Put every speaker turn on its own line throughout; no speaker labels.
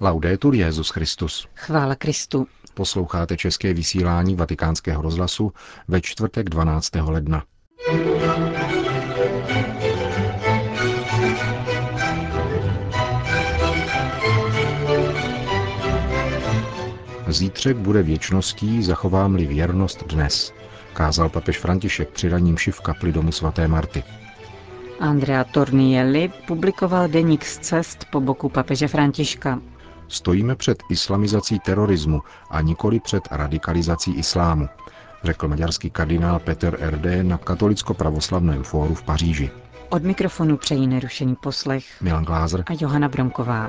Laudetur Jesus Christus.
Chvála Kristu.
Posloucháte české vysílání Vatikánského rozhlasu ve čtvrtek 12. ledna. Zítřek bude věčností, zachovám-li věrnost dnes, kázal papež František při ranní mši v kapli domu svaté Marty.
Andrea Tornielli publikoval deník z cest po boku papeže Františka.
Stojíme před islamizací terorismu a nikoli před radikalizací islámu, řekl maďarský kardinál Peter Erde na katolicko-pravoslavném fóru v Paříži.
Od mikrofonu přejí nerušený poslech
Milan Glázer
a Johana Bromková.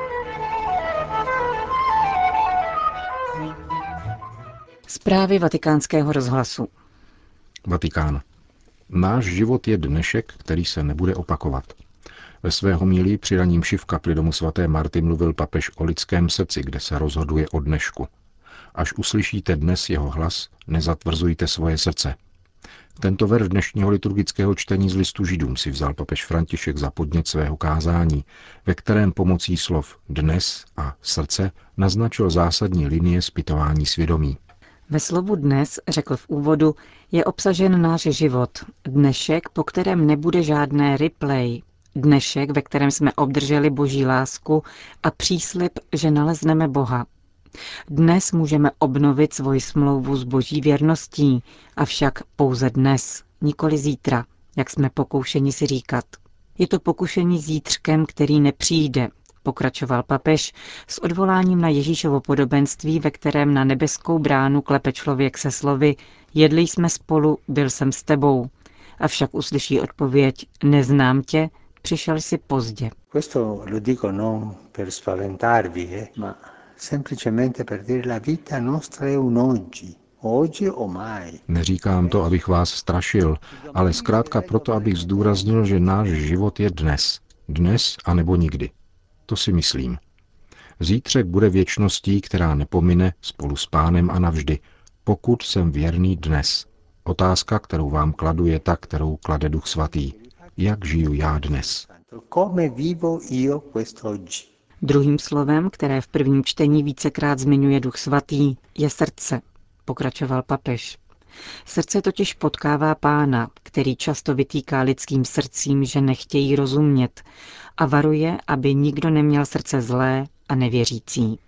Zprávy Vatikánského rozhlasu.
Vatikán. Náš život je dnešek, který se nebude opakovat. Ve své homílii při ranní mši v kapli domu svaté Marty mluvil papež o lidském srdci, kde se rozhoduje o dnešku. Až uslyšíte dnes jeho hlas, nezatvrzujte svoje srdce. Tento verš dnešního liturgického čtení z listu Židům si vzal papež František za podnět svého kázání, ve kterém pomocí slov dnes a srdce naznačil zásadní linie zpytování svědomí.
Ve slovu dnes, řekl v úvodu, je obsažen náš život. Dnešek, po kterém nebude žádné replay. Dnešek, ve kterém jsme obdrželi Boží lásku a příslib, že nalezneme Boha. Dnes můžeme obnovit svoji smlouvu s Boží věrností, avšak pouze dnes, nikoli zítra, jak jsme pokoušeni si říkat. Je to pokušení zítřkem, který nepřijde, pokračoval papež s odvoláním na Ježíšovo podobenství, ve kterém na nebeskou bránu klepe člověk se slovy jedli jsme spolu, byl jsem s tebou. Avšak uslyší odpověď neznám tě, přišel jsi pozdě.
Questo lo dico non per spaventarvi, ma semplicemente per dire la vita nostra è un oggi o mai.
Neříkám to, abych vás strašil, ale zkrátka proto, abych zdůraznil, že náš život je dnes. Dnes a nebo nikdy. To si myslím. Zítřek bude věčností, která nepomine spolu s Pánem a navždy, pokud jsem věrný dnes. Otázka, kterou vám kladu, je ta, kterou klade Duch Svatý. Jak žiju já dnes?
Druhým slovem, které v prvním čtení vícekrát zmiňuje Duch Svatý, je srdce, pokračoval papež. Srdce totiž potkává Pána, který často vytýká lidským srdcím, že nechtějí rozumět a varuje, aby nikdo neměl srdce zlé a nevěřící.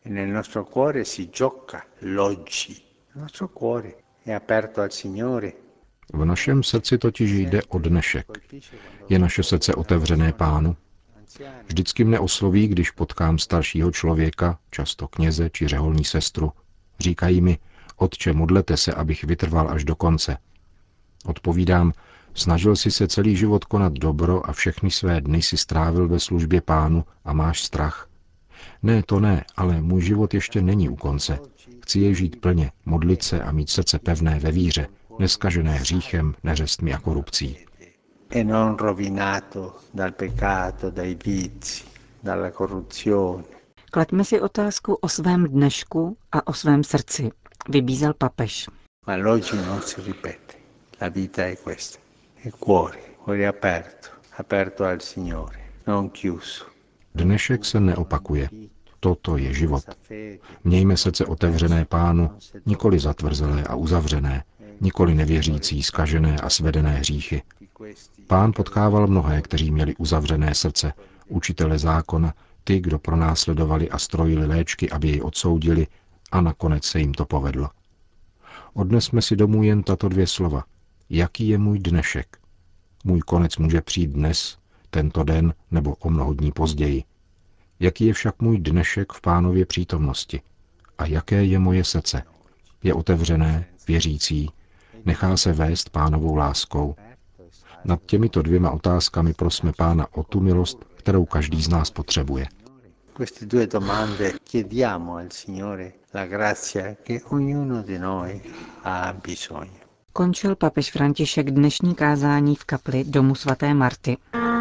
V našem srdci totiž jde o dnešek. Je naše srdce otevřené Pánu? Vždycky mne osloví, když potkám staršího člověka, často kněze či řeholní sestru. Říkají mi, Otče, modlete se, abych vytrval až do konce. Odpovídám, snažil jsi se celý život konat dobro a všechny své dny si strávil ve službě Pánu a máš strach. Ne, to ne, ale můj život ještě není u konce. Chci jej žít plně, modlit se a mít srdce pevné ve víře, neskažené hříchem, neřestmi a korupcí.
E non rovinato dal peccato, dai vizi, dalla corruzione.
Klaďme si otázku o svém dnešku a o svém srdci, vybízel papež.
Ma l'oggi non si ripete. La vita è questa. È cuore aperto al Signore, non chiuso.
Dnešek se neopakuje. Toto je život. Mějme srdce otevřené Pánu, nikoli zatvrzelé a uzavřené, nikoli nevěřící, zkažené a svedené hříchy. Pán potkával mnohé, kteří měli uzavřené srdce, učitele zákona, ty, kdo pronásledovali a strojili léčky, aby jej odsoudili, a nakonec se jim to povedlo. Odnesme si domů jen tato dvě slova. Jaký je můj dnešek? Můj konec může přijít dnes, tento den nebo o mnoho dní později. Jaký je však můj dnešek v Pánově přítomnosti? A jaké je moje srdce? Je otevřené, věřící, nechá se vést Pánovou láskou? Nad těmito dvěma otázkami prosme Pána o tu milost, kterou každý z nás potřebuje.
Queste due domande chiediamo al Signore la grazia che ognuno di noi ha bisogno.
Končil papež František dnešní kázání v kapli domu svaté Marty.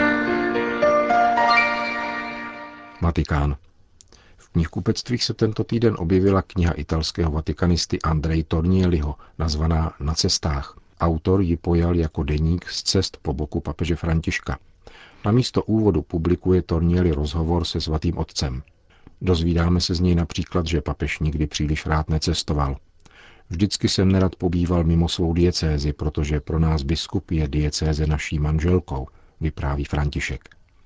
Vatikán. V knihkupectvích se tento týden objevila kniha italského vatikanisty Andrei Tornielliho, nazvaná Na cestách. Autor ji pojal jako deník z cest po boku papeže Františka. Namísto úvodu publikuje Tornielli rozhovor se svatým otcem. Dozvídáme se z něj například, že papež nikdy příliš rád necestoval. Vždycky jsem nerad pobýval mimo svou diecézi, protože pro nás biskup je diecéze naší manželkou, vypráví František.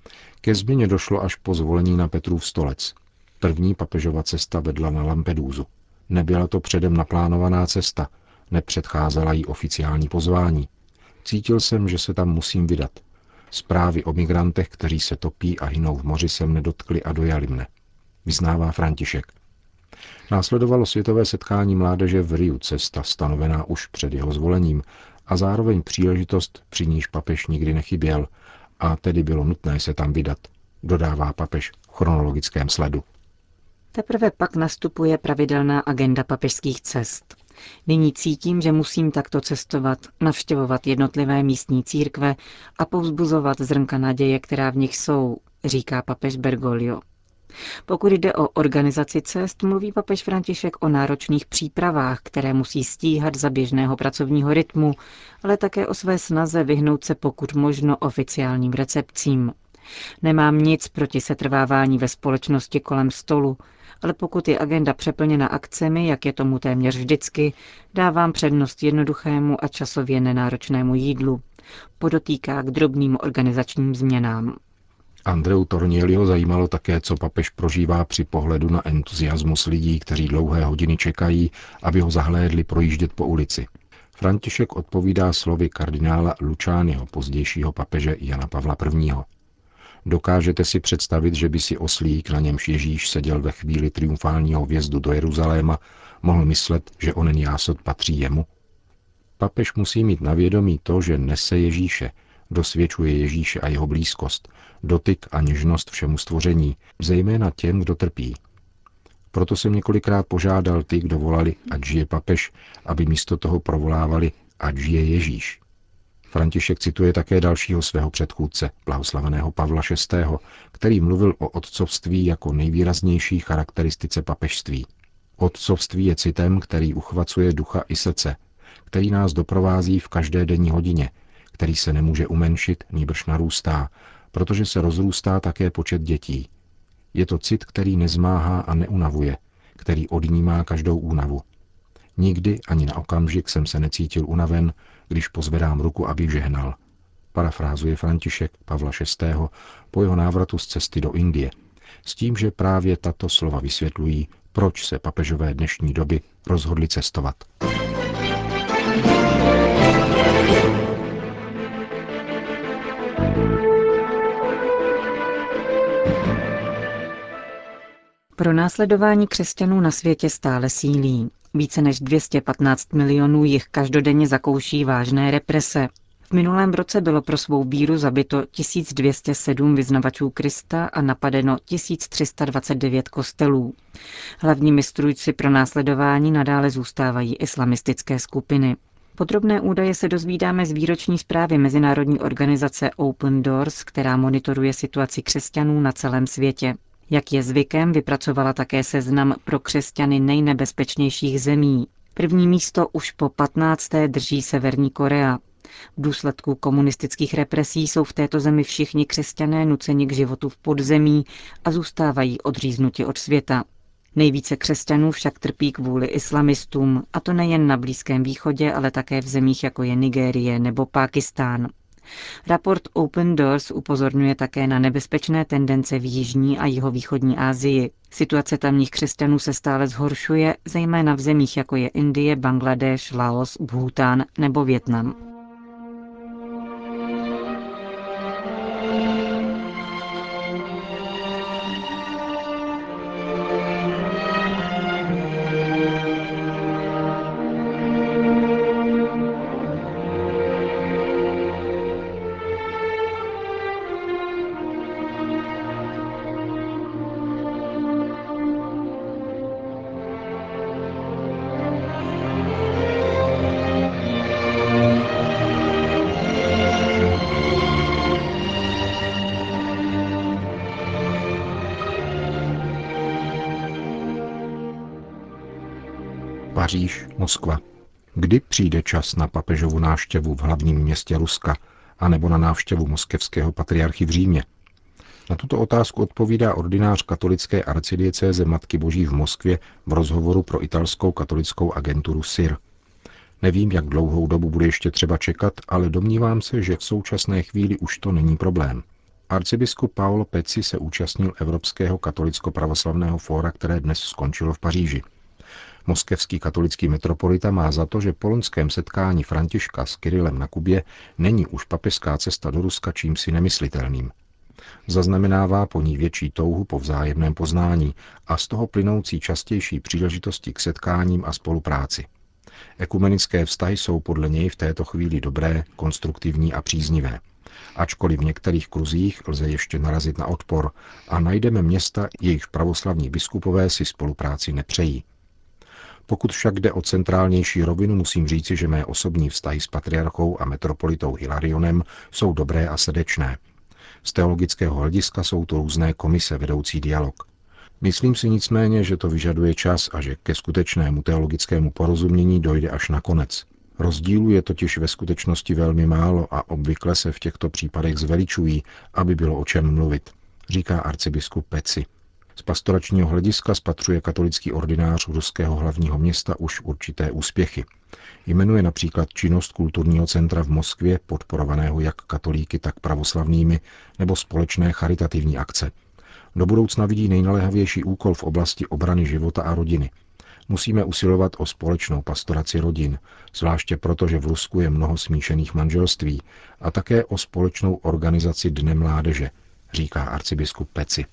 Ke změně došlo až po zvolení na Petrův stolec. První papežova cesta vedla na Lampedúzu. Nebyla to předem naplánovaná cesta, nepředcházela jí oficiální pozvání. Cítil jsem, že se tam musím vydat. Zprávy o migrantech, kteří se topí a hynou v moři, se mne dotkly a dojali mne, vyznává František. Následovalo světové setkání mládeže v Riu, cesta stanovená už před jeho zvolením a zároveň příležitost, při níž papež nikdy nechyběl, a tedy bylo nutné se tam vydat, dodává papež v chronologickém sledu.
Teprve pak nastupuje pravidelná agenda papežských cest. Nyní cítím, že musím takto cestovat, navštěvovat jednotlivé místní církve a povzbuzovat zrnka naděje, která v nich jsou, říká papež Bergoglio. Pokud jde o organizaci cest, mluví papež František o náročných přípravách, které musí stíhat za běžného pracovního rytmu, ale také o své snaze vyhnout se pokud možno oficiálním recepcím. Nemám nic proti setrvávání ve společnosti kolem stolu, ale pokud je agenda přeplněna akcemi, jak je tomu téměř vždycky, dávám přednost jednoduchému a časově nenáročnému jídlu. Podotýká k drobným organizačním změnám.
Andreu Tornieliho zajímalo také, co papež prožívá při pohledu na entuziasmus lidí, kteří dlouhé hodiny čekají, aby ho zahlédli projíždět po ulici. František odpovídá slovy kardinála Lucianiho, pozdějšího papeže Jana Pavla I. Dokážete si představit, že by si oslík, na němž Ježíš seděl ve chvíli triumfálního vjezdu do Jeruzaléma, mohl myslet, že onen jásot patří jemu? Papež musí mít na vědomí to, že nese Ježíše, dosvědčuje Ježíše a jeho blízkost, dotyk a něžnost všemu stvoření, zejména těm, kdo trpí. Proto jsem několikrát požádal ty, kdo volali, ať žije papež, aby místo toho provolávali, ať žije Ježíš. František cituje také dalšího svého předchůdce, blahoslaveného Pavla VI., který mluvil o otcovství jako nejvýraznější charakteristice papežství. Otcovství je citem, který uchvacuje ducha i srdce, který nás doprovází v každé denní hodině, který se nemůže umenšit, nýbrž narůstá, protože se rozrůstá také počet dětí. Je to cit, který nezmáhá a neunavuje, který odnímá každou únavu. Nikdy ani na okamžik jsem se necítil unaven, když pozvedám ruku, abych žehnal. Parafrázuje František Pavla VI. Po jeho návratu z cesty do Indie, s tím, že právě tato slova vysvětlují, proč se papežové dnešní doby rozhodli cestovat.
Pronásledování křesťanů na světě stále sílí. Více než 215 milionů jich každodenně zakouší vážné represe. V minulém roce bylo pro svou víru zabito 1207 vyznavačů Krista a napadeno 1329 kostelů. Hlavními strůjci pronásledování nadále zůstávají islamistické skupiny. Podrobné údaje se dozvídáme z výroční zprávy mezinárodní organizace Open Doors, která monitoruje situaci křesťanů na celém světě. Jak je zvykem, vypracovala také seznam pro křesťany nejnebezpečnějších zemí. První místo už po 15. drží Severní Korea. V důsledku komunistických represí jsou v této zemi všichni křesťané nuceni k životu v podzemí a zůstávají odříznuti od světa. Nejvíce křesťanů však trpí kvůli islamistům, a to nejen na Blízkém východě, ale také v zemích jako je Nigérie nebo Pákistán. Raport Open Doors upozorňuje také na nebezpečné tendence v jižní a jihovýchodní Asii. Situace tamních křesťanů se stále zhoršuje, zejména v zemích jako je Indie, Bangladéš, Laos, Bhútán nebo Vietnam.
Paříž, Moskva. Kdy přijde čas na papežovu návštěvu v hlavním městě Ruska, anebo na návštěvu moskevského patriarchy v Římě? Na tuto otázku odpovídá ordinář katolické arcidiecéze Matky Boží v Moskvě v rozhovoru pro italskou katolickou agenturu SIR. Nevím, jak dlouhou dobu bude ještě třeba čekat, ale domnívám se, že v současné chvíli už to není problém. Arcibiskup Paolo Pezzi se účastnil Evropského katolicko-pravoslavného fóra, které dnes skončilo v Paříži. Moskevský katolický metropolita má za to, že po loňském setkání Františka s Kirilem na Kubě není už papežská cesta do Ruska čímsi nemyslitelným. Zaznamenává po ní větší touhu po vzájemném poznání a z toho plynoucí častější příležitosti k setkáním a spolupráci. Ekumenické vztahy jsou podle něj v této chvíli dobré, konstruktivní a příznivé. Ačkoliv v některých kruzích lze ještě narazit na odpor a najdeme města, jejichž pravoslavní biskupové si spolupráci nepřejí. Pokud však jde o centrálnější rovinu, musím říci, že mé osobní vztahy s patriarchou a metropolitou Hilarionem jsou dobré a srdečné. Z teologického hlediska jsou to různé komise vedoucí dialog. Myslím si nicméně, že to vyžaduje čas a že ke skutečnému teologickému porozumění dojde až nakonec. Rozdílů je totiž ve skutečnosti velmi málo a obvykle se v těchto případech zveličují, aby bylo o čem mluvit, říká arcibiskup Pezzi. Z pastoračního hlediska spatřuje katolický ordinář ruského hlavního města už určité úspěchy. Jmenuje například činnost kulturního centra v Moskvě, podporovaného jak katolíky, tak pravoslavnými, nebo společné charitativní akce. Do budoucna vidí nejnaléhavější úkol v oblasti obrany života a rodiny. Musíme usilovat o společnou pastoraci rodin, zvláště proto, že v Rusku je mnoho smíšených manželství, a také o společnou organizaci Dne mládeže, říká arcibiskup Pezzi.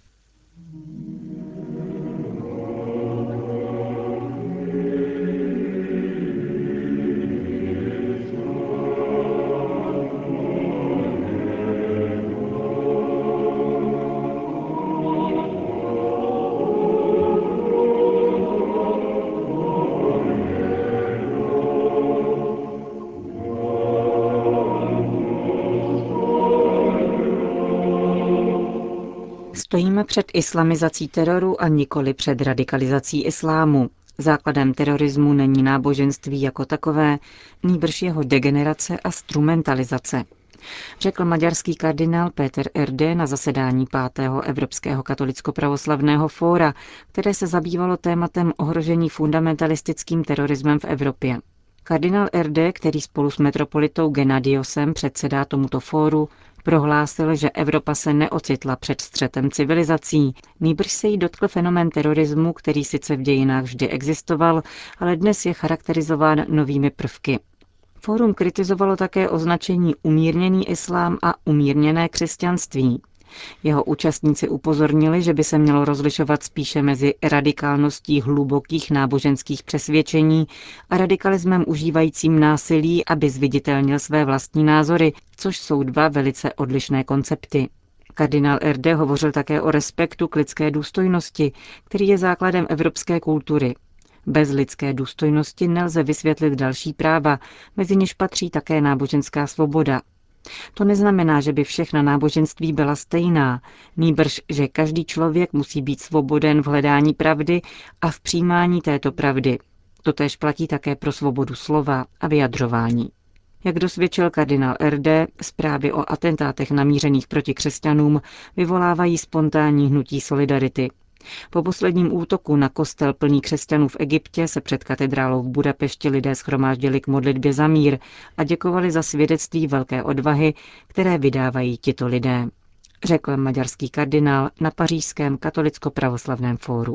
Stojíme před islamizací teroru a nikoli před radikalizací islámu. Základem terorismu není náboženství jako takové, nýbrž jeho degenerace a strumentalizace, řekl maďarský kardinál Péter Erde na zasedání 5. Evropského katolicko-pravoslavného fóra, které se zabývalo tématem ohrožení fundamentalistickým terorismem v Evropě. Kardinál Erde, který spolu s metropolitou Gennadiosem předsedá tomuto fóru, prohlásil, že Evropa se neocitla před střetem civilizací, nýbrž se jí dotkl fenomén terorismu, který sice v dějinách vždy existoval, ale dnes je charakterizován novými prvky. Fórum kritizovalo také označení umírněný islám a umírněné křesťanství. Jeho účastníci upozornili, že by se mělo rozlišovat spíše mezi radikálností hlubokých náboženských přesvědčení a radikalismem užívajícím násilí, aby zviditelnil své vlastní názory, což jsou dva velice odlišné koncepty. Kardinál Erde hovořil také o respektu k lidské důstojnosti, který je základem evropské kultury. Bez lidské důstojnosti nelze vysvětlit další práva, mezi něž patří také náboženská svoboda. To neznamená, že by všechna náboženství byla stejná, nýbrž, že každý člověk musí být svoboden v hledání pravdy a v přijímání této pravdy. Totéž platí také pro svobodu slova a vyjadřování. Jak dosvědčil kardinál Erde, zprávy o atentátech namířených proti křesťanům vyvolávají spontánní hnutí solidarity. Po posledním útoku na kostel plný křesťanů v Egyptě se před katedrálou v Budapešti lidé shromáždili k modlitbě za mír a děkovali za svědectví velké odvahy, které vydávají tito lidé, řekl maďarský kardinál na pařížském katolicko-pravoslavném fóru.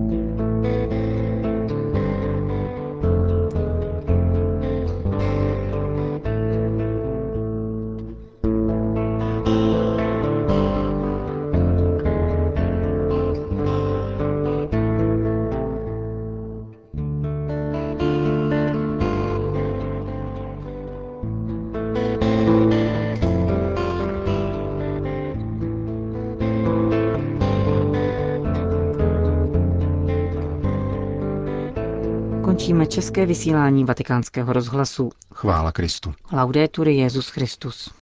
Končíme české vysílání Vatikánského rozhlasu.
Chvála Kristu.
Laudetur Jesus Christus.